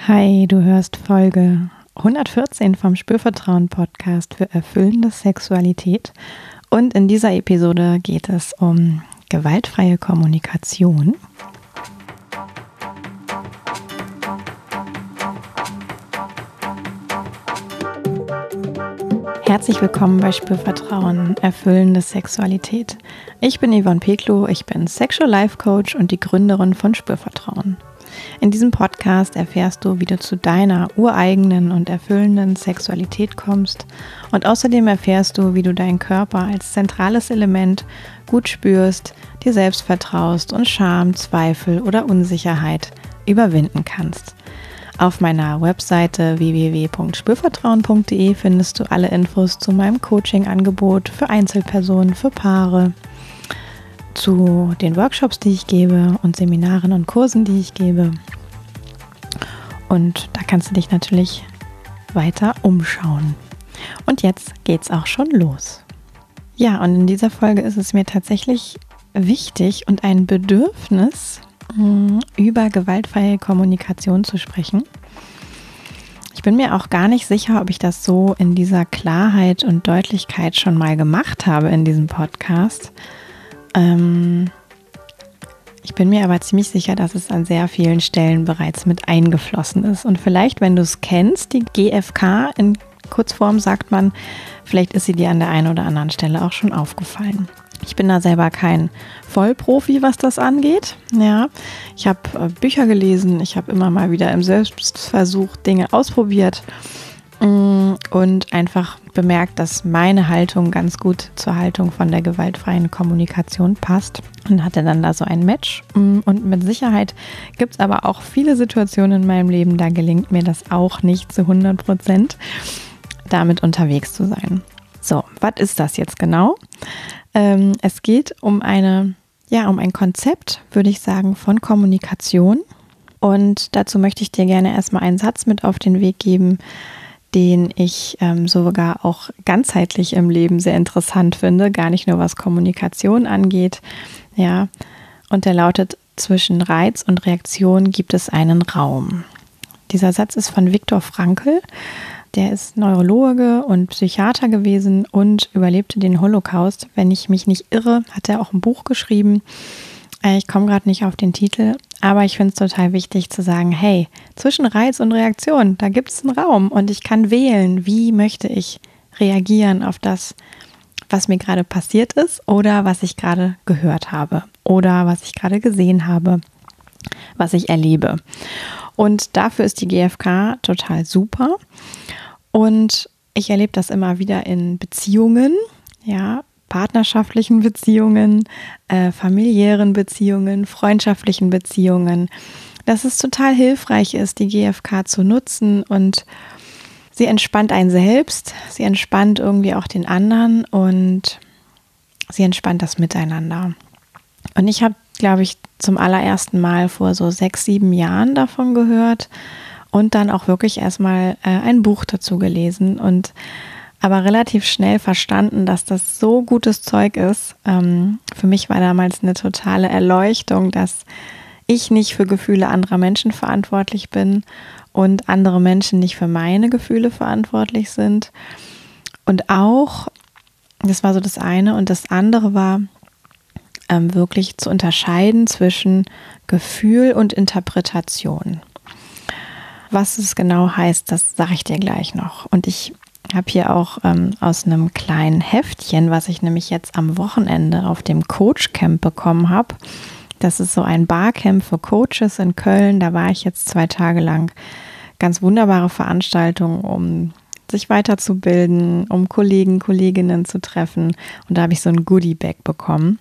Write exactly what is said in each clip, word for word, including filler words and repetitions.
Hi, du hörst Folge hundertvierzehn vom Spürvertrauen-Podcast für erfüllende Sexualität und in dieser Episode geht es um gewaltfreie Kommunikation. Herzlich willkommen bei Spürvertrauen, erfüllende Sexualität. Ich bin Yvonne Peklo, ich bin Sexual Life Coach und die Gründerin von Spürvertrauen. In diesem Podcast erfährst du, wie du zu deiner ureigenen und erfüllenden Sexualität kommst und außerdem erfährst du, wie du deinen Körper als zentrales Element gut spürst, dir selbst vertraust und Scham, Zweifel oder Unsicherheit überwinden kannst. Auf meiner Webseite w w w punkt spürvertrauen punkt de findest du alle Infos zu meinem Coaching-Angebot für Einzelpersonen, für Paare, zu den Workshops, die ich gebe und Seminaren und Kursen, die ich gebe. Und da kannst du dich natürlich weiter umschauen. Und jetzt geht's auch schon los. Ja, und in dieser Folge ist es mir tatsächlich wichtig und ein Bedürfnis, über gewaltfreie Kommunikation zu sprechen. Ich bin mir auch gar nicht sicher, ob ich das so in dieser Klarheit und Deutlichkeit schon mal gemacht habe in diesem Podcast. Ähm, ich bin mir aber ziemlich sicher, dass es an sehr vielen Stellen bereits mit eingeflossen ist. Und vielleicht, wenn du es kennst, die G F K, in Kurzform sagt man, vielleicht ist sie dir an der einen oder anderen Stelle auch schon aufgefallen. Ich bin da selber kein Vollprofi, was das angeht. Ja, ich habe äh, Bücher gelesen, ich habe immer mal wieder im Selbstversuch Dinge ausprobiert mh, und einfach bemerkt, dass meine Haltung ganz gut zur Haltung von der gewaltfreien Kommunikation passt und hatte dann da so ein Match. Und mit Sicherheit gibt es aber auch viele Situationen in meinem Leben, da gelingt mir das auch nicht zu hundert Prozent, damit unterwegs zu sein. So, was ist das jetzt genau? Ähm, es geht um eine, ja, um ein Konzept, würde ich sagen, von Kommunikation. Und dazu möchte ich dir gerne erstmal einen Satz mit auf den Weg geben, den ich ähm, sogar auch ganzheitlich im Leben sehr interessant finde, gar nicht nur was Kommunikation angeht. Ja, und der lautet: Zwischen Reiz und Reaktion gibt es einen Raum. Dieser Satz ist von Viktor Frankl. Der ist Neurologe und Psychiater gewesen und überlebte den Holocaust. Wenn ich mich nicht irre, hat er auch ein Buch geschrieben. Ich komme gerade nicht auf den Titel, aber ich finde es total wichtig zu sagen, hey, zwischen Reiz und Reaktion, da gibt es einen Raum und ich kann wählen, wie möchte ich reagieren auf das, was mir gerade passiert ist oder was ich gerade gehört habe oder was ich gerade gesehen habe, was ich erlebe. Und dafür ist die G F K total super. Und ich erlebe das immer wieder in Beziehungen, ja, partnerschaftlichen Beziehungen, äh, familiären Beziehungen, freundschaftlichen Beziehungen, dass es total hilfreich ist, die G F K zu nutzen und sie entspannt einen selbst, sie entspannt irgendwie auch den anderen und sie entspannt das Miteinander. Und ich habe, glaube ich, zum allerersten Mal vor so sechs, sieben Jahren davon gehört und dann auch wirklich erstmal äh, ein Buch dazu gelesen und aber relativ schnell verstanden, dass das so gutes Zeug ist. Ähm, für mich war damals eine totale Erleuchtung, dass ich nicht für Gefühle anderer Menschen verantwortlich bin und andere Menschen nicht für meine Gefühle verantwortlich sind. Und auch, das war so das eine, und das andere war, ähm, wirklich zu unterscheiden zwischen Gefühl und Interpretation. Was es genau heißt, das sage ich dir gleich noch. Und ich habe hier auch ähm, aus einem kleinen Heftchen, was ich nämlich jetzt am Wochenende auf dem Coach Camp bekommen habe. Das ist so ein Barcamp für Coaches in Köln. Da war ich jetzt zwei Tage lang. Ganz wunderbare Veranstaltung, um sich weiterzubilden, um Kollegen, Kolleginnen zu treffen. Und da habe ich so ein Goodie-Bag bekommen.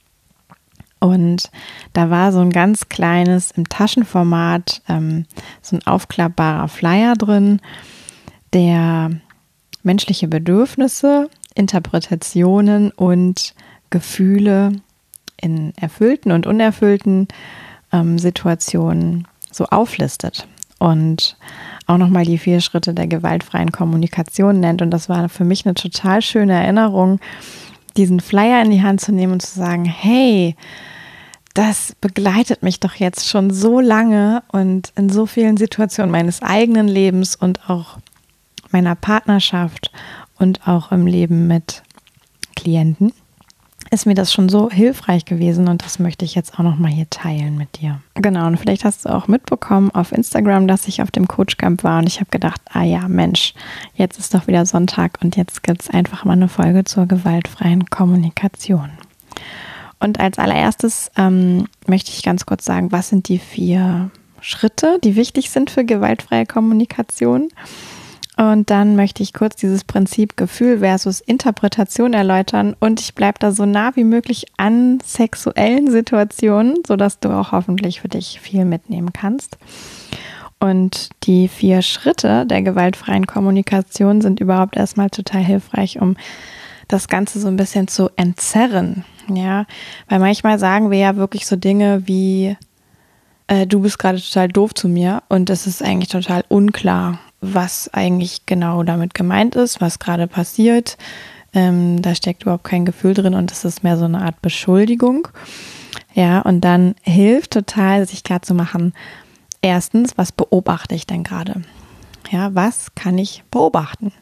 Und da war so ein ganz kleines, im Taschenformat, ähm, so ein aufklappbarer Flyer drin, der menschliche Bedürfnisse, Interpretationen und Gefühle in erfüllten und unerfüllten ähm, Situationen so auflistet. Und auch nochmal die vier Schritte der gewaltfreien Kommunikation nennt. Und das war für mich eine total schöne Erinnerung, diesen Flyer in die Hand zu nehmen und zu sagen, hey, das begleitet mich doch jetzt schon so lange und in so vielen Situationen meines eigenen Lebens und auch meiner Partnerschaft und auch im Leben mit Klienten, ist mir das schon so hilfreich gewesen und das möchte ich jetzt auch nochmal hier teilen mit dir. Genau, und vielleicht hast du auch mitbekommen auf Instagram, dass ich auf dem Coachcamp war und ich habe gedacht, ah ja, Mensch, jetzt ist doch wieder Sonntag und jetzt gibt es einfach mal eine Folge zur gewaltfreien Kommunikation. Und als allererstes ähm, möchte ich ganz kurz sagen, was sind die vier Schritte, die wichtig sind für gewaltfreie Kommunikation. Und dann möchte ich kurz dieses Prinzip Gefühl versus Interpretation erläutern und ich bleibe da so nah wie möglich an sexuellen Situationen, sodass du auch hoffentlich für dich viel mitnehmen kannst. Und die vier Schritte der gewaltfreien Kommunikation sind überhaupt erstmal total hilfreich, um das Ganze so ein bisschen zu entzerren. Ja, weil manchmal sagen wir ja wirklich so Dinge wie, äh, du bist gerade total doof zu mir und es ist eigentlich total unklar, was eigentlich genau damit gemeint ist, was gerade passiert. Ähm, da steckt überhaupt kein Gefühl drin und es ist mehr so eine Art Beschuldigung. Ja, und dann hilft total, sich klar zu machen, erstens, was beobachte ich denn gerade? Ja, was kann ich beobachten?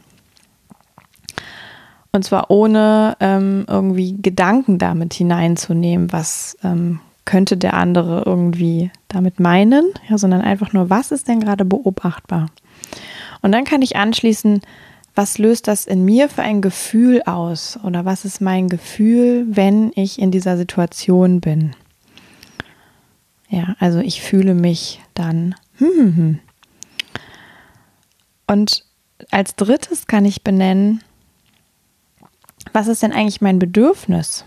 Und zwar ohne ähm, irgendwie Gedanken damit hineinzunehmen, was ähm, könnte der andere irgendwie damit meinen, ja, sondern einfach nur, was ist denn gerade beobachtbar? Und dann kann ich anschließen, was löst das in mir für ein Gefühl aus? Oder was ist mein Gefühl, wenn ich in dieser Situation bin? Ja, also ich fühle mich dann. Hm, hm, hm. Und als drittes kann ich benennen, was ist denn eigentlich mein Bedürfnis?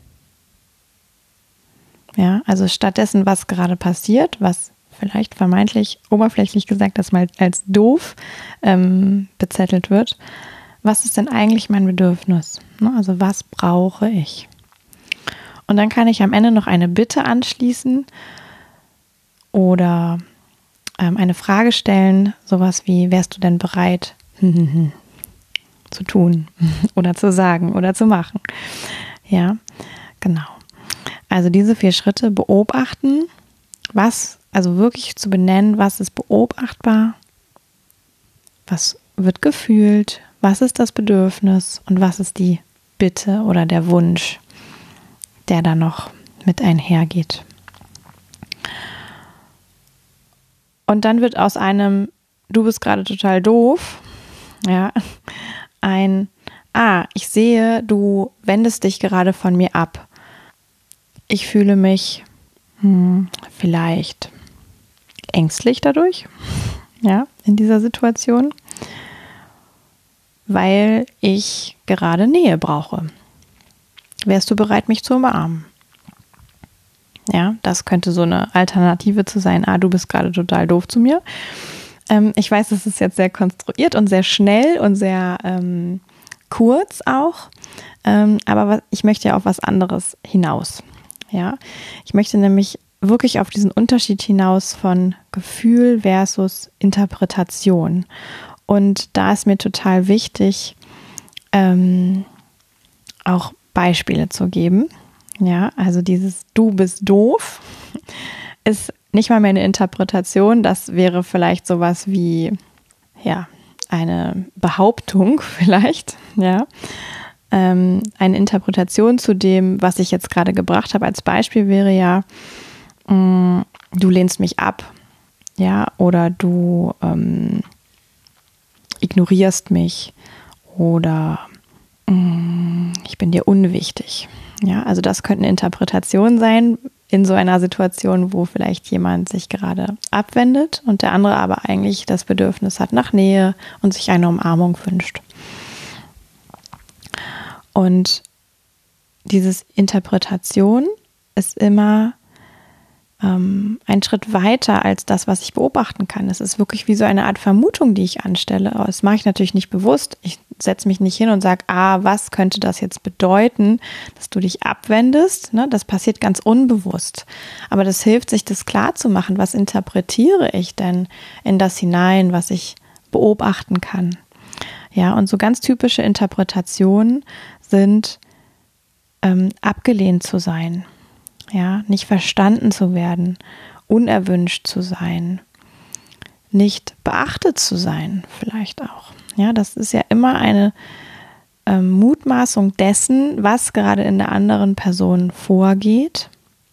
Ja, also stattdessen, was gerade passiert, was vielleicht vermeintlich oberflächlich gesagt das mal als doof ähm, bezettelt wird, was ist denn eigentlich mein Bedürfnis? Ne? Also was brauche ich? Und dann kann ich am Ende noch eine Bitte anschließen oder ähm, eine Frage stellen, sowas wie, wärst du denn bereit, zu tun oder zu sagen oder zu machen? Ja, genau. Also diese vier Schritte beobachten, was, also wirklich zu benennen, was ist beobachtbar, was wird gefühlt, was ist das Bedürfnis und was ist die Bitte oder der Wunsch, der da noch mit einhergeht. Und dann wird aus einem, du bist gerade total doof, ja, ein, ah, ich sehe, du wendest dich gerade von mir ab. Ich fühle mich hm, vielleicht ängstlich dadurch, ja, in dieser Situation, weil ich gerade Nähe brauche. Wärst du bereit, mich zu umarmen? Ja, das könnte so eine Alternative zu sein, ah, du bist gerade total doof zu mir. Ähm, ich weiß, das ist jetzt sehr konstruiert und sehr schnell und sehr ähm, kurz auch, ähm, aber was, ich möchte ja auf was anderes hinaus. Ja, ich möchte nämlich wirklich auf diesen Unterschied hinaus von Gefühl versus Interpretation. Und da ist mir total wichtig, ähm, auch Beispiele zu geben. Ja, also dieses Du bist doof ist nicht mal mehr eine Interpretation. Das wäre vielleicht sowas wie, ja, eine Behauptung vielleicht, ja. Ähm, eine Interpretation zu dem, was ich jetzt gerade gebracht habe als Beispiel wäre ja, mh, du lehnst mich ab, ja, oder du ähm, ignorierst mich oder mh, ich bin dir unwichtig. Ja, also das könnte eine Interpretation sein in so einer Situation, wo vielleicht jemand sich gerade abwendet und der andere aber eigentlich das Bedürfnis hat nach Nähe und sich eine Umarmung wünscht. Und dieses Interpretation ist immer ähm, ein Schritt weiter als das, was ich beobachten kann. Es ist wirklich wie so eine Art Vermutung, die ich anstelle. Das mache ich natürlich nicht bewusst. Ich setze mich nicht hin und sage, ah, was könnte das jetzt bedeuten, dass du dich abwendest? Ne? Das passiert ganz unbewusst. Aber das hilft, sich das klar zu machen. Was interpretiere ich denn in das hinein, was ich beobachten kann? Ja, und so ganz typische Interpretationen sind ähm, abgelehnt zu sein. ja, nicht verstanden zu werden, unerwünscht zu sein, nicht beachtet zu sein, vielleicht auch. Ja, das ist ja immer eine ähm, Mutmaßung dessen, was gerade in der anderen Person vorgeht.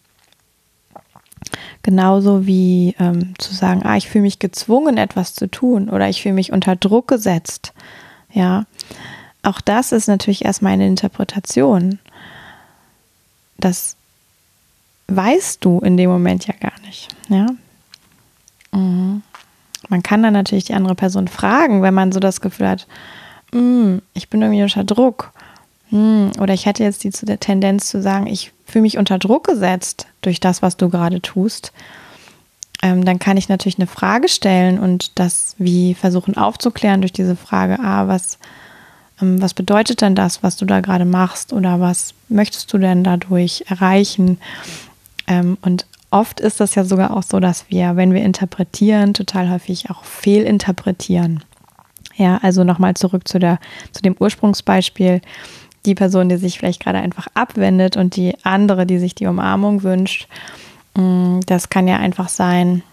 Genauso wie ähm, zu sagen, ah, ich fühle mich gezwungen, etwas zu tun oder ich fühle mich unter Druck gesetzt. Ja, auch das ist natürlich erstmal eine Interpretation. Das weißt du in dem Moment ja gar nicht. Ja, mhm. Man kann dann natürlich die andere Person fragen, wenn man so das Gefühl hat, ich bin irgendwie unter Druck. Oder ich hätte jetzt die Tendenz zu sagen, ich fühle mich unter Druck gesetzt durch das, was du gerade tust. Ähm, dann kann ich natürlich eine Frage stellen und das wie versuchen aufzuklären durch diese Frage, ah, was, ähm, was bedeutet denn das, was du da gerade machst oder was möchtest du denn dadurch erreichen? Ähm, und oft ist das ja sogar auch so, dass wir, wenn wir interpretieren, total häufig auch fehlinterpretieren. Ja, also nochmal zurück zu der, zu dem Ursprungsbeispiel. Die Person, die sich vielleicht gerade einfach abwendet und die andere, die sich die Umarmung wünscht. Das kann ja einfach sein,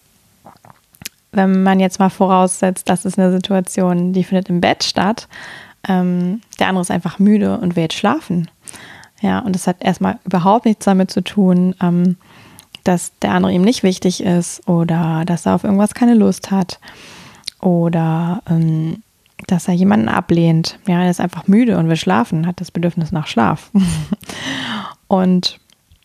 wenn man jetzt mal voraussetzt, das ist eine Situation, die findet im Bett statt. Der andere ist einfach müde und will jetzt schlafen. Ja, und das hat erstmal überhaupt nichts damit zu tun, dass der andere ihm nicht wichtig ist oder dass er auf irgendwas keine Lust hat oder ähm, dass er jemanden ablehnt. Ja, er ist einfach müde und will schlafen, hat das Bedürfnis nach Schlaf. Und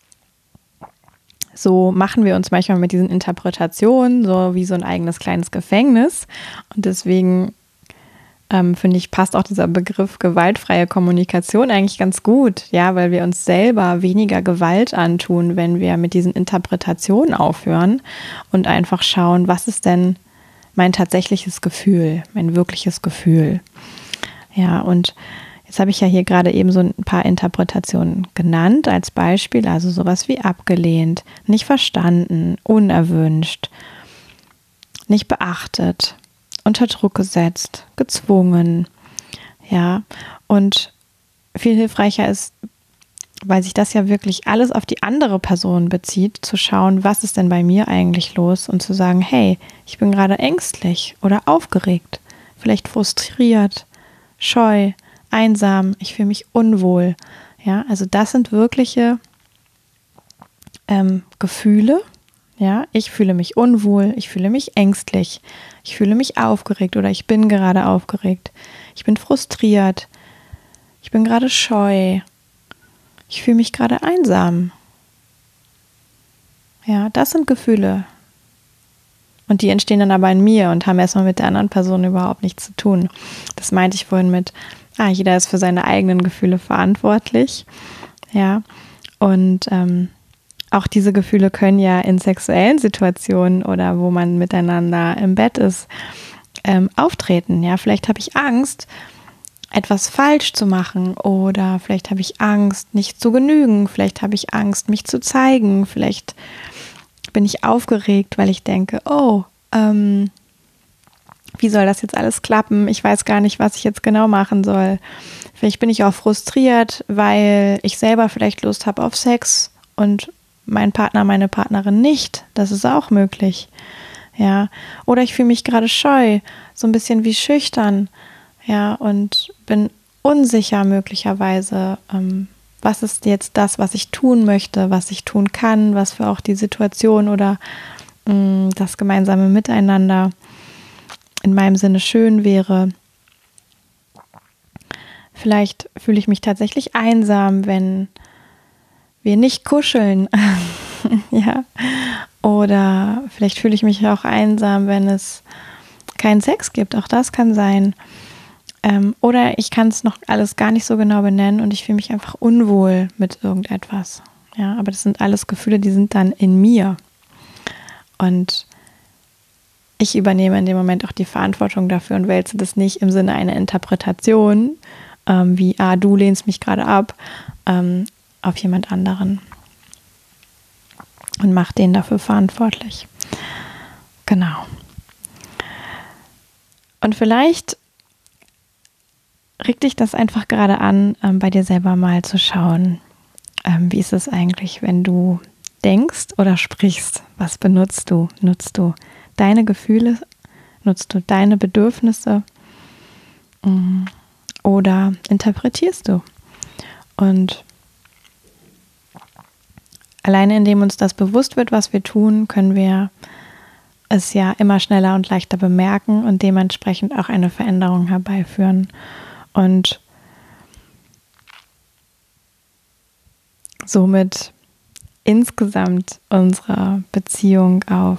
so machen wir uns manchmal mit diesen Interpretationen so wie so ein eigenes kleines Gefängnis. Und deswegen ähm, finde ich, passt auch dieser Begriff gewaltfreie Kommunikation eigentlich ganz gut, ja, weil wir uns selber weniger Gewalt antun, wenn wir mit diesen Interpretationen aufhören und einfach schauen, was ist denn mein tatsächliches Gefühl, mein wirkliches Gefühl. Ja, und jetzt habe ich ja hier gerade eben so ein paar Interpretationen genannt als Beispiel, also sowas wie abgelehnt, nicht verstanden, unerwünscht, nicht beachtet, unter Druck gesetzt, gezwungen. Ja, und viel hilfreicher ist, weil sich das ja wirklich alles auf die andere Person bezieht, zu schauen, was ist denn bei mir eigentlich los und zu sagen, hey, ich bin gerade ängstlich oder aufgeregt, vielleicht frustriert, scheu, einsam, ich fühle mich unwohl. Ja, also das sind wirkliche ähm, Gefühle. Ja, ich fühle mich unwohl, ich fühle mich ängstlich, ich fühle mich aufgeregt oder ich bin gerade aufgeregt, ich bin frustriert, ich bin gerade scheu. Ich fühle mich gerade einsam. Ja, das sind Gefühle. Und die entstehen dann aber in mir und haben erstmal mit der anderen Person überhaupt nichts zu tun. Das meinte ich vorhin mit, ah, jeder ist für seine eigenen Gefühle verantwortlich. Ja, und ähm, auch diese Gefühle können ja in sexuellen Situationen oder wo man miteinander im Bett ist, ähm, auftreten. Ja, vielleicht habe ich Angst, etwas falsch zu machen oder vielleicht habe ich Angst, nicht zu genügen, vielleicht habe ich Angst, mich zu zeigen, vielleicht bin ich aufgeregt, weil ich denke, oh, ähm, wie soll das jetzt alles klappen? Ich weiß gar nicht, was ich jetzt genau machen soll. Vielleicht bin ich auch frustriert, weil ich selber vielleicht Lust habe auf Sex und mein Partner, meine Partnerin nicht. Das ist auch möglich. Ja, oder ich fühle mich gerade scheu, so ein bisschen wie schüchtern. Ja, und bin unsicher möglicherweise, ähm, was ist jetzt das, was ich tun möchte, was ich tun kann, was für auch die Situation oder mh, das gemeinsame Miteinander in meinem Sinne schön wäre. Vielleicht fühle ich mich tatsächlich einsam, wenn wir nicht kuscheln. Ja, oder vielleicht fühle ich mich auch einsam, wenn es keinen Sex gibt. Auch das kann sein. Ähm, oder ich kann es noch alles gar nicht so genau benennen und ich fühle mich einfach unwohl mit irgendetwas. Ja, aber das sind alles Gefühle, die sind dann in mir. Und ich übernehme in dem Moment auch die Verantwortung dafür und wälze das nicht im Sinne einer Interpretation, ähm, wie, ah, du lehnst mich gerade ab, ähm, auf jemand anderen. Und mache den dafür verantwortlich. Genau. Und vielleicht regt dich das einfach gerade an, ähm, bei dir selber mal zu schauen, Ähm, wie ist es eigentlich, wenn du denkst oder sprichst? Was benutzt du? Nutzt du deine Gefühle? Nutzt du deine Bedürfnisse? Oder interpretierst du? Und alleine indem uns das bewusst wird, was wir tun, können wir es ja immer schneller und leichter bemerken und dementsprechend auch eine Veränderung herbeiführen. Und somit insgesamt unsere Beziehung auf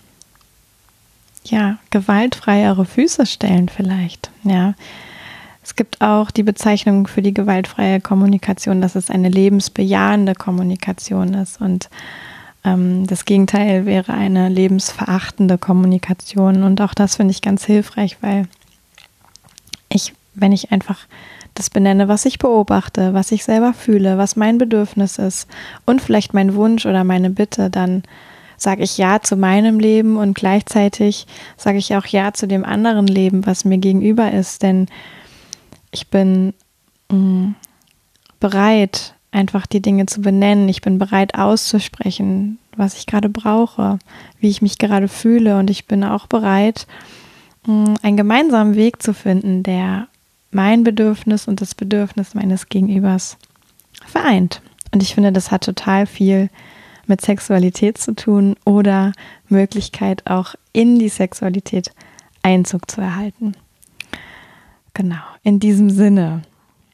ja, gewaltfreiere Füße stellen vielleicht. Ja. Es gibt auch die Bezeichnung für die gewaltfreie Kommunikation, dass es eine lebensbejahende Kommunikation ist. Und ähm, das Gegenteil wäre eine lebensverachtende Kommunikation. Und auch das finde ich ganz hilfreich, weil ich, wenn ich einfach das benenne, was ich beobachte, was ich selber fühle, was mein Bedürfnis ist und vielleicht mein Wunsch oder meine Bitte, dann sage ich Ja zu meinem Leben und gleichzeitig sage ich auch Ja zu dem anderen Leben, was mir gegenüber ist, denn ich bin mh, bereit, einfach die Dinge zu benennen. Ich bin bereit auszusprechen, was ich gerade brauche, wie ich mich gerade fühle, und ich bin auch bereit, mh, einen gemeinsamen Weg zu finden, der mein Bedürfnis und das Bedürfnis meines Gegenübers vereint. Und ich finde, das hat total viel mit Sexualität zu tun oder Möglichkeit auch in die Sexualität Einzug zu erhalten. Genau, in diesem Sinne.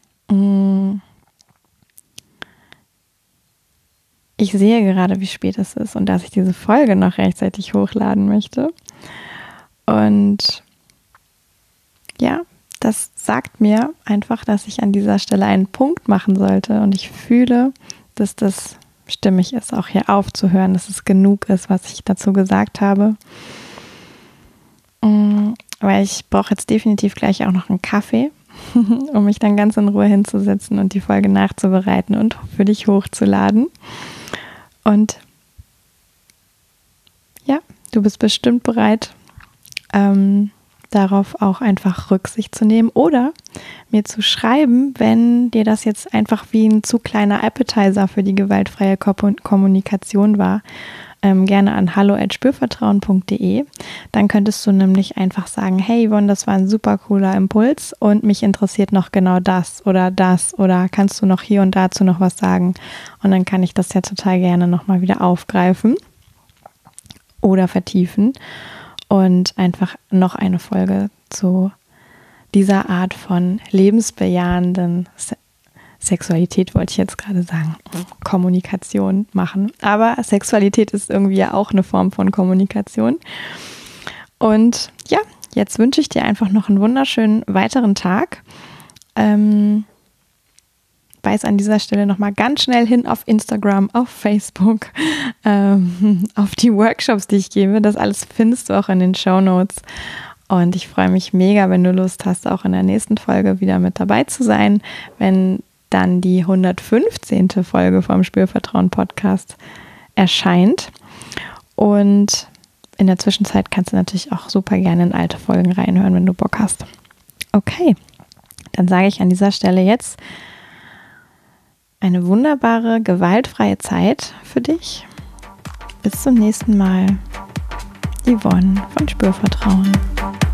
Ich sehe gerade, wie spät es ist und dass ich diese Folge noch rechtzeitig hochladen möchte. Und ja, das sagt mir einfach, dass ich an dieser Stelle einen Punkt machen sollte. Und ich fühle, dass das stimmig ist, auch hier aufzuhören, dass es genug ist, was ich dazu gesagt habe. Weil ich brauche jetzt definitiv gleich auch noch einen Kaffee, um mich dann ganz in Ruhe hinzusetzen und die Folge nachzubereiten und für dich hochzuladen. Und ja, du bist bestimmt bereit, ähm, darauf auch einfach Rücksicht zu nehmen oder mir zu schreiben, wenn dir das jetzt einfach wie ein zu kleiner Appetizer für die gewaltfreie Kommunikation war. Ähm, gerne an hallo at spürvertrauen punkt de. Dann könntest du nämlich einfach sagen, hey Yvonne, das war ein super cooler Impuls und mich interessiert noch genau das oder das oder kannst du noch hier und dazu noch was sagen? Und dann kann ich das ja total gerne nochmal wieder aufgreifen oder vertiefen und einfach noch eine Folge zu dieser Art von lebensbejahenden Se- Sexualität, wollte ich jetzt gerade sagen, Kommunikation machen. Aber Sexualität ist irgendwie ja auch eine Form von Kommunikation. Und ja, jetzt wünsche ich dir einfach noch einen wunderschönen weiteren Tag. Ähm, weis an dieser Stelle nochmal ganz schnell hin auf Instagram, auf Facebook, ähm, auf die Workshops, die ich gebe. Das alles findest du auch in den Shownotes. Und ich freue mich mega, wenn du Lust hast, auch in der nächsten Folge wieder mit dabei zu sein, wenn dann die hundertfünfzehnte Folge vom Spürvertrauen Podcast erscheint. Und in der Zwischenzeit kannst du natürlich auch super gerne in alte Folgen reinhören, wenn du Bock hast. Okay, dann sage ich an dieser Stelle jetzt eine wunderbare, gewaltfreie Zeit für dich. Bis zum nächsten Mal. Yvonne von Spürvertrauen.